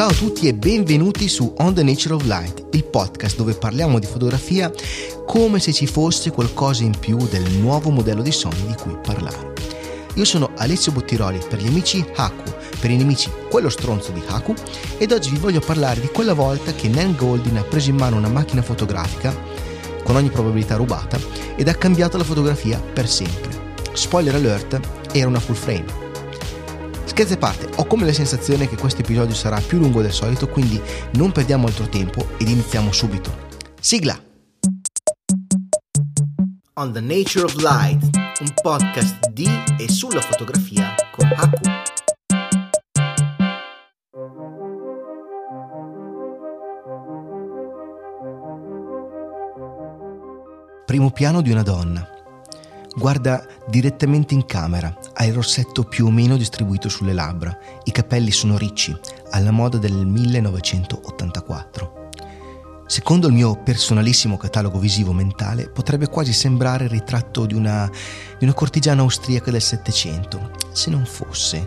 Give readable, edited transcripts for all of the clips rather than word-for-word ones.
Ciao a tutti e benvenuti su On the Nature of Light, il podcast dove parliamo di fotografia come se ci fosse qualcosa in più del nuovo modello di Sony di cui parlare. Io sono Alessio Bottiroli, per gli amici Haku, per i nemici quello stronzo di Haku, ed oggi vi voglio parlare di quella volta che Nan Goldin ha preso in mano una macchina fotografica, con ogni probabilità rubata, ed ha cambiato la fotografia per sempre. Spoiler alert, era una full frame. Scherzi a parte, ho come la sensazione che questo episodio sarà più lungo del solito, quindi non perdiamo altro tempo ed iniziamo subito. Sigla! On the Nature of Light, un podcast di e sulla fotografia con Haku. Primo piano di una donna. Guarda direttamente in camera, ha il rossetto più o meno distribuito sulle labbra, i capelli sono ricci, alla moda del 1984. Secondo il mio personalissimo catalogo visivo mentale, potrebbe quasi sembrare il ritratto di una cortigiana austriaca del Settecento, se non fosse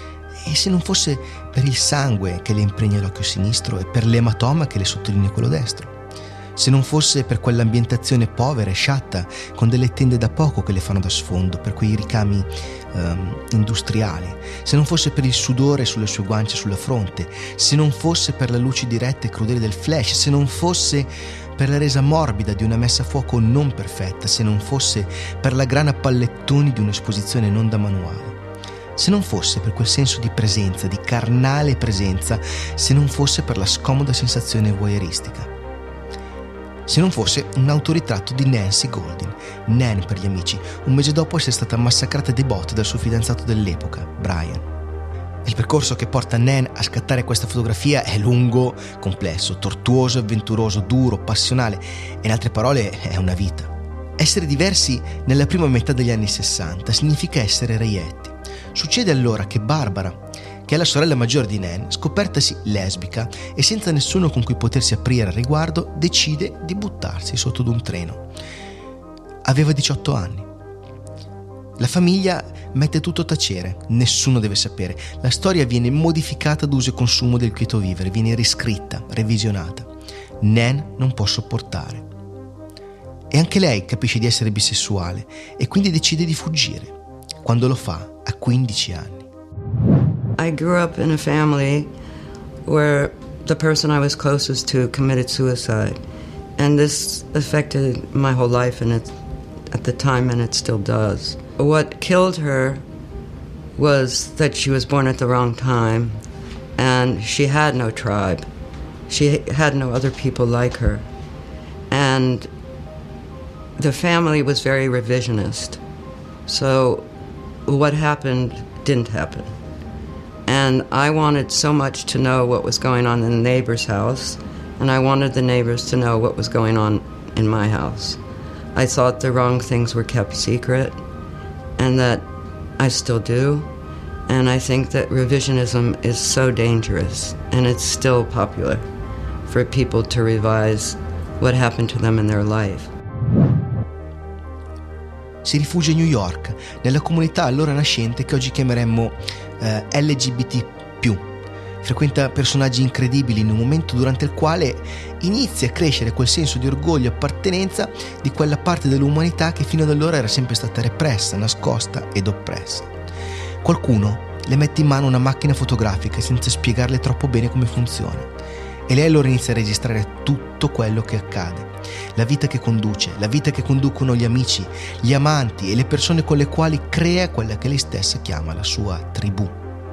per il sangue che le impregna l'occhio sinistro e per l'ematoma che le sottolinea quello destro. Se non fosse per quell'ambientazione povera e sciatta, con delle tende da poco che le fanno da sfondo, per quei ricami industriali, se non fosse per il sudore sulle sue guance e sulla fronte, se non fosse per la luce diretta e crudele del flash, se non fosse per la resa morbida di una messa a fuoco non perfetta, se non fosse per la grana a pallettoni di un'esposizione non da manuale, se non fosse per quel senso di presenza, di carnale presenza, se non fosse per la scomoda sensazione voyeuristica. Se non fosse un autoritratto di Nancy Goldin, Nan per gli amici, un mese dopo essere stata massacrata di botte dal suo fidanzato dell'epoca, Brian. Il percorso che porta Nan a scattare questa fotografia è lungo, complesso, tortuoso, avventuroso, duro, passionale e in altre parole è una vita. Essere diversi nella prima metà degli anni 60 significa essere reietti. Succede allora che Barbara, che è la sorella maggiore di Nan, scopertasi lesbica e senza nessuno con cui potersi aprire al riguardo, decide di buttarsi sotto d'un treno. Aveva 18 anni. La famiglia mette tutto a tacere, nessuno deve sapere. La storia viene modificata d'uso e consumo del quieto vivere, viene riscritta, revisionata. Nan non può sopportare. E anche lei capisce di essere bisessuale e quindi decide di fuggire. Quando lo fa, a 15 anni. I grew up in a family where the person I was closest to committed suicide, and this affected my whole life, and at the time, and it still does. What killed her was that she was born at the wrong time, and she had no tribe. She had no other people like her, and the family was very revisionist. So what happened didn't happen. And I wanted so much to know what was going on in the neighbor's house, and I wanted the neighbors to know what was going on in my house. I thought the wrong things were kept secret, and that I still do. And I think that revisionism is so dangerous, and it's still popular for people to revise what happened to them in their life. Si rifugia a New York, nella comunità allora nascente che oggi chiameremmo LGBT+. Frequenta personaggi incredibili in un momento durante il quale inizia a crescere quel senso di orgoglio e appartenenza di quella parte dell'umanità che fino ad allora era sempre stata repressa, nascosta ed oppressa. Qualcuno le mette in mano una macchina fotografica senza spiegarle troppo bene come funziona. E lei allora inizia a registrare tutto quello che accade. La vita che conduce, la vita che conducono gli amici, gli amanti e le persone con le quali crea quella che lei stessa chiama la sua tribù.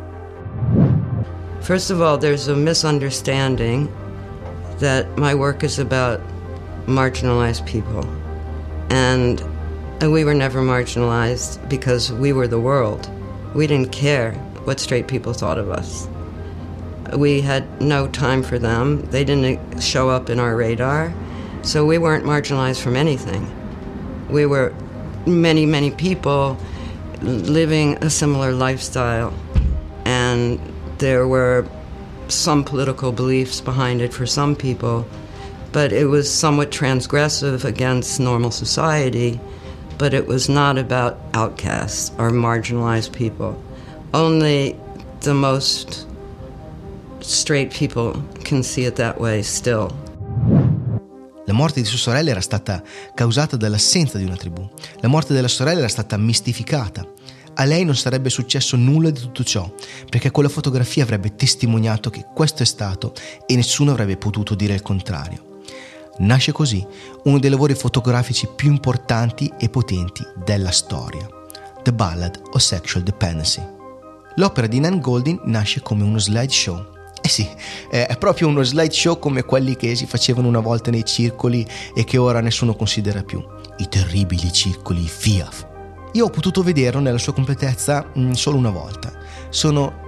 First of all, there's a misunderstanding that my work is about marginalized people. And we were never marginalized because we were the world. We didn't care what straight people thought of us. We had no time for them. They didn't show up in our radar. So we weren't marginalized from anything. We were many, many people living a similar lifestyle. And there were some political beliefs behind it for some people. But it was somewhat transgressive against normal society. But it was not about outcasts or marginalized people. Only the most straight people can see it that way still. La morte di sua sorella era stata causata dall'assenza di una tribù. La morte della sorella era stata mistificata. A lei non sarebbe successo nulla di tutto ciò, perché quella fotografia avrebbe testimoniato che questo è stato e nessuno avrebbe potuto dire il contrario. Nasce così uno dei lavori fotografici più importanti e potenti della storia, The Ballad of Sexual Dependency. L'opera di Nan Goldin nasce come uno slideshow. Sì, è proprio uno slideshow come quelli che si facevano una volta nei circoli e che ora nessuno considera più, i terribili circoli FIAF. Io ho potuto vederlo nella sua completezza solo una volta. Sono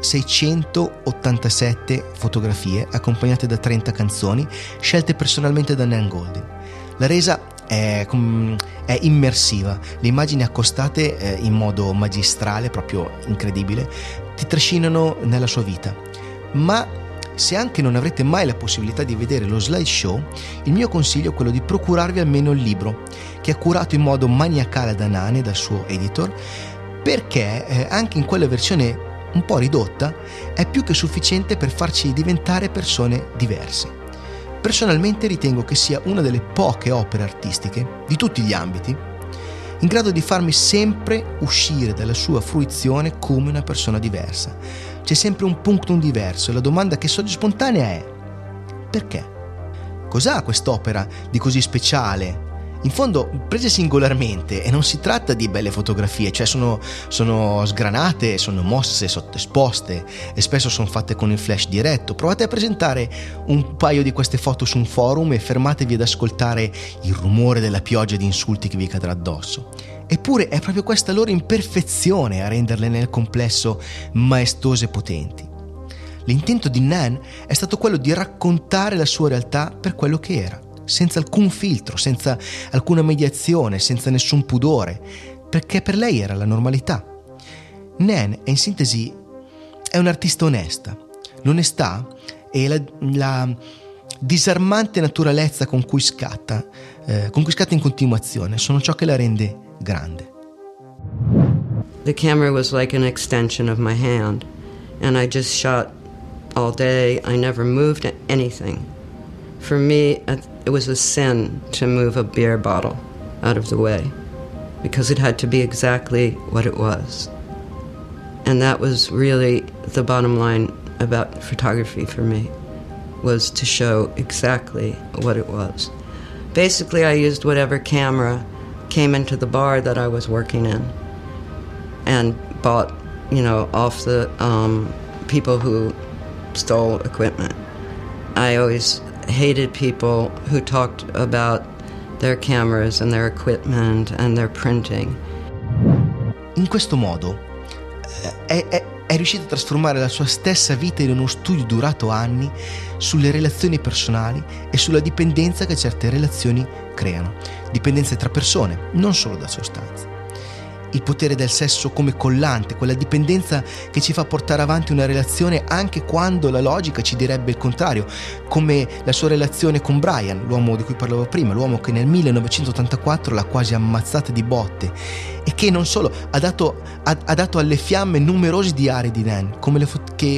687 fotografie accompagnate da 30 canzoni scelte personalmente da Nan Goldin. La resa è immersiva, le immagini accostate in modo magistrale, proprio incredibile, ti trascinano nella sua vita. Ma se anche non avrete mai la possibilità di vedere lo slideshow, il mio consiglio è quello di procurarvi almeno il libro, che è curato in modo maniacale da Nan, dal suo editor, perché anche in quella versione un po' ridotta è più che sufficiente per farci diventare persone diverse. Personalmente ritengo che sia una delle poche opere artistiche, di tutti gli ambiti, in grado di farmi sempre uscire dalla sua fruizione come una persona diversa. C'è sempre un punctum diverso e la domanda che sorge spontanea è: perché? Cos'ha quest'opera di così speciale? In fondo, prese singolarmente, e non si tratta di belle fotografie, cioè sono sgranate, sono mosse, sottoesposte e spesso sono fatte con il flash diretto. Provate a presentare un paio di queste foto su un forum e fermatevi ad ascoltare il rumore della pioggia di insulti che vi cadrà addosso. Eppure è proprio questa loro imperfezione a renderle nel complesso maestose e potenti. L'intento di Nan è stato quello di raccontare la sua realtà per quello che era, senza alcun filtro, senza alcuna mediazione, senza nessun pudore, perché per lei era la normalità. Nan, in sintesi, è un'artista onesta. L'onestà e la disarmante naturalezza con cui scatta in continuazione sono ciò che la rende grande. The camera was like an extension of my hand, and I just shot all day. I never moved anything. For me, it was a sin to move a beer bottle out of the way, because it had to be exactly what it was. And that was really the bottom line about photography for me, was to show exactly what it was. Basically, I used whatever camera came into the bar that I was working in and bought, off the people who stole equipment. I always hated people who talked about their cameras and their equipment and their printing. In questo modo è riuscita a trasformare la sua stessa vita in uno studio durato anni sulle relazioni personali e sulla dipendenza che certe relazioni creano. Dipendenze tra persone, non solo da sostanze. Il potere del sesso come collante, quella dipendenza che ci fa portare avanti una relazione anche quando la logica ci direbbe il contrario, come la sua relazione con Brian, l'uomo di cui parlavo prima, l'uomo che nel 1984 l'ha quasi ammazzata di botte e che non solo ha dato alle fiamme numerosi diari di Nan, come le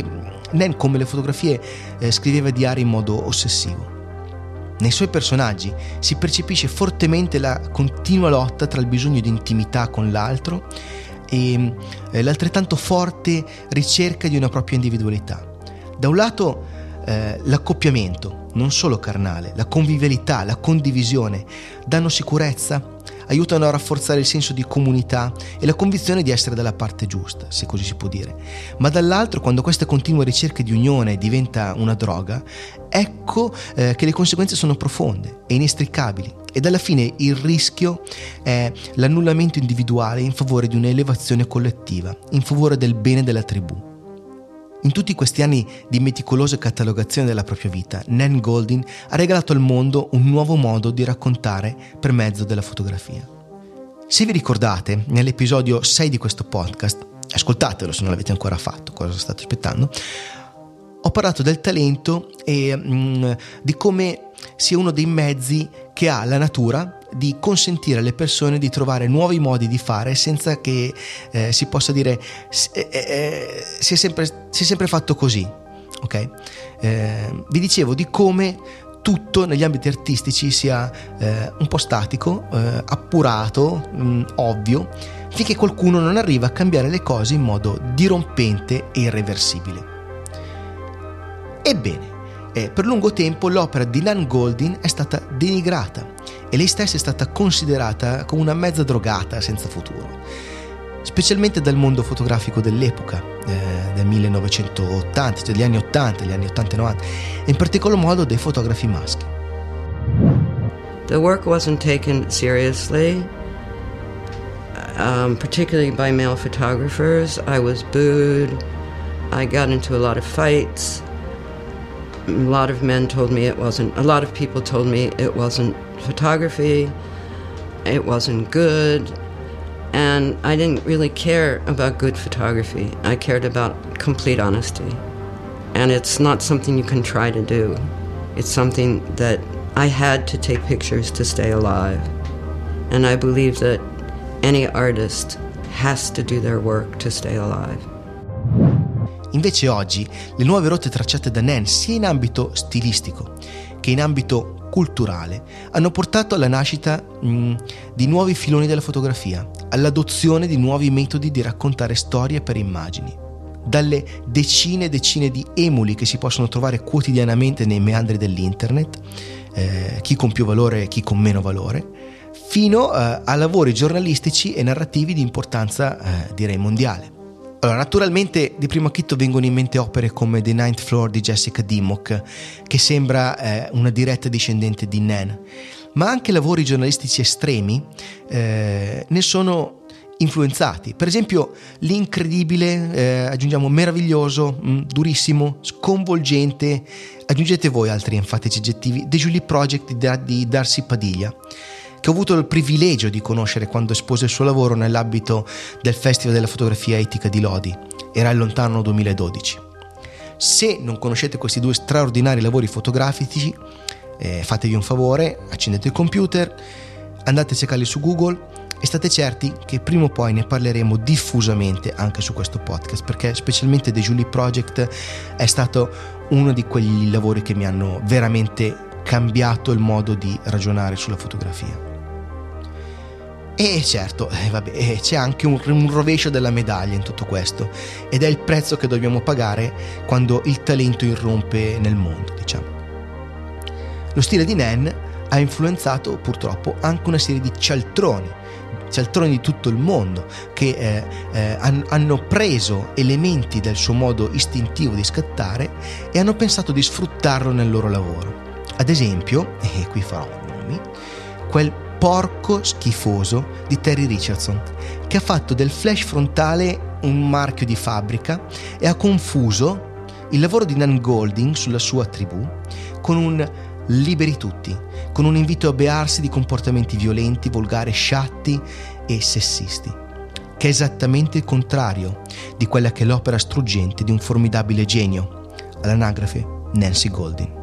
fotografie scriveva diari in modo ossessivo. Nei suoi personaggi si percepisce fortemente la continua lotta tra il bisogno di intimità con l'altro e l'altrettanto forte ricerca di una propria individualità. Da un lato l'accoppiamento, non solo carnale, la convivialità, la condivisione, danno sicurezza, aiutano a rafforzare il senso di comunità e la convinzione di essere dalla parte giusta, se così si può dire. Ma dall'altro, quando questa continua ricerca di unione diventa una droga, ecco che le conseguenze sono profonde e inestricabili, ed alla fine il rischio è l'annullamento individuale in favore di un'elevazione collettiva, in favore del bene della tribù. In tutti questi anni di meticolosa catalogazione della propria vita, Nan Goldin ha regalato al mondo un nuovo modo di raccontare per mezzo della fotografia. Se vi ricordate, nell'episodio 6 di questo podcast, ascoltatelo se non l'avete ancora fatto, cosa state aspettando, ho parlato del talento e di come sia uno dei mezzi che ha la natura di consentire alle persone di trovare nuovi modi di fare senza che si possa dire si è sempre fatto così. ok? Vi dicevo di come tutto negli ambiti artistici sia un po' statico, appurato, ovvio, finché qualcuno non arriva a cambiare le cose in modo dirompente e irreversibile. Ebbene, per lungo tempo l'opera di Nan Goldin è stata denigrata e lei stessa è stata considerata come una mezza drogata senza futuro, specialmente dal mondo fotografico dell'epoca, del 1980, cioè degli anni 80, gli anni 80 e 90, e in particolar modo dei fotografi maschi. The work wasn't taken seriously, particularly by male photographers. I was booed. I got into a lot of fights. A lot of men told me it wasn't, a lot of people told me it wasn't photography, it wasn't good, and I didn't really care about good photography. I cared about complete honesty. And it's not something you can try to do. It's something that I had to take pictures to stay alive. And I believe that any artist has to do their work to stay alive. Invece oggi le nuove rotte tracciate da Nan sia in ambito stilistico che in ambito culturale hanno portato alla nascita di nuovi filoni della fotografia, all'adozione di nuovi metodi di raccontare storie per immagini. Dalle decine e decine di emuli che si possono trovare quotidianamente nei meandri dell'internet, chi con più valore e chi con meno valore, fino a lavori giornalistici e narrativi di importanza direi mondiale. Allora, naturalmente di primo acchito vengono in mente opere come The Ninth Floor di Jessica Dimmock, che sembra una diretta discendente di Nan, ma anche lavori giornalistici estremi ne sono influenzati. Per esempio l'incredibile, aggiungiamo meraviglioso, durissimo, sconvolgente, aggiungete voi altri enfatici aggettivi, The Julie Project di Darcy Padilla, che ho avuto il privilegio di conoscere quando espose il suo lavoro nell'ambito del Festival della Fotografia Etica di Lodi. Era il lontano 2012. Se non conoscete questi due straordinari lavori fotografici, fatevi un favore, accendete il computer, andate a cercarli su Google e state certi che prima o poi ne parleremo diffusamente anche su questo podcast, perché specialmente The Julie Project è stato uno di quegli lavori che mi hanno veramente cambiato il modo di ragionare sulla fotografia. E certo, c'è anche un rovescio della medaglia in tutto questo, ed è il prezzo che dobbiamo pagare quando il talento irrompe nel mondo, diciamo. Lo stile di Nan ha influenzato purtroppo anche una serie di cialtroni di tutto il mondo che hanno preso elementi del suo modo istintivo di scattare e hanno pensato di sfruttarlo nel loro lavoro. Ad esempio, e qui farò nomi, quel porco schifoso di Terry Richardson, che ha fatto del flash frontale un marchio di fabbrica e ha confuso il lavoro di Nan Goldin sulla sua tribù con un liberi tutti, con un invito a bearsi di comportamenti violenti, volgari, sciatti e sessisti, che è esattamente il contrario di quella che è l'opera struggente di un formidabile genio, all'anagrafe Nancy Goldin.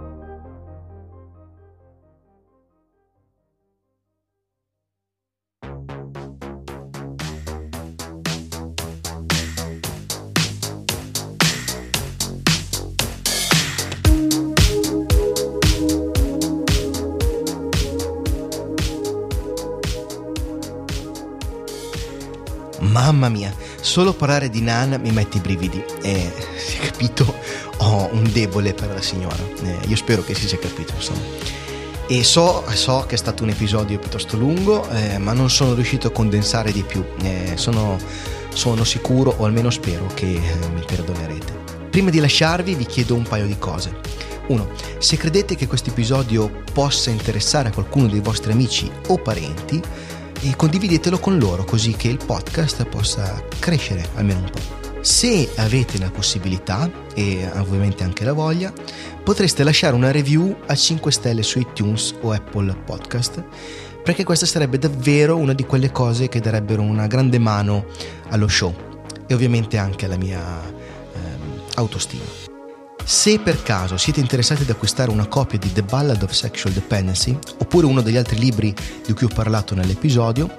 Mamma mia, solo parlare di Nan mi mette i brividi e, si è capito, ho un debole per la signora. Io spero che si sia capito, insomma. E so che è stato un episodio piuttosto lungo, ma non sono riuscito a condensare di più. Sono sicuro, o almeno spero, che mi perdonerete. Prima di lasciarvi vi chiedo un paio di cose. 1. Se credete che questo episodio possa interessare a qualcuno dei vostri amici o parenti, e condividetelo con loro così che il podcast possa crescere almeno un po'. Se avete la possibilità e ovviamente anche la voglia, potreste lasciare una review a 5 stelle su iTunes o Apple Podcast, perché questa sarebbe davvero una di quelle cose che darebbero una grande mano allo show e ovviamente anche alla mia autostima. Se per caso siete interessati ad acquistare una copia di The Ballad of Sexual Dependency oppure uno degli altri libri di cui ho parlato nell'episodio,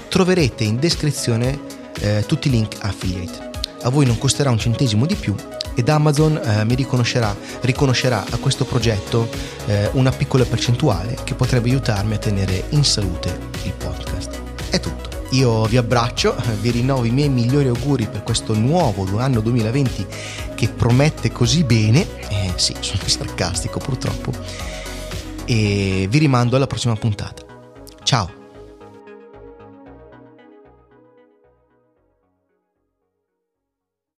troverete in descrizione tutti i link affiliate. A voi non costerà un centesimo di più ed Amazon mi riconoscerà a questo progetto una piccola percentuale che potrebbe aiutarmi a tenere in salute il podcast. È tutto. Io vi abbraccio, vi rinnovo i miei migliori auguri per questo nuovo anno 2020 che promette così bene. Sì, sono sarcastico purtroppo. E vi rimando alla prossima puntata. Ciao!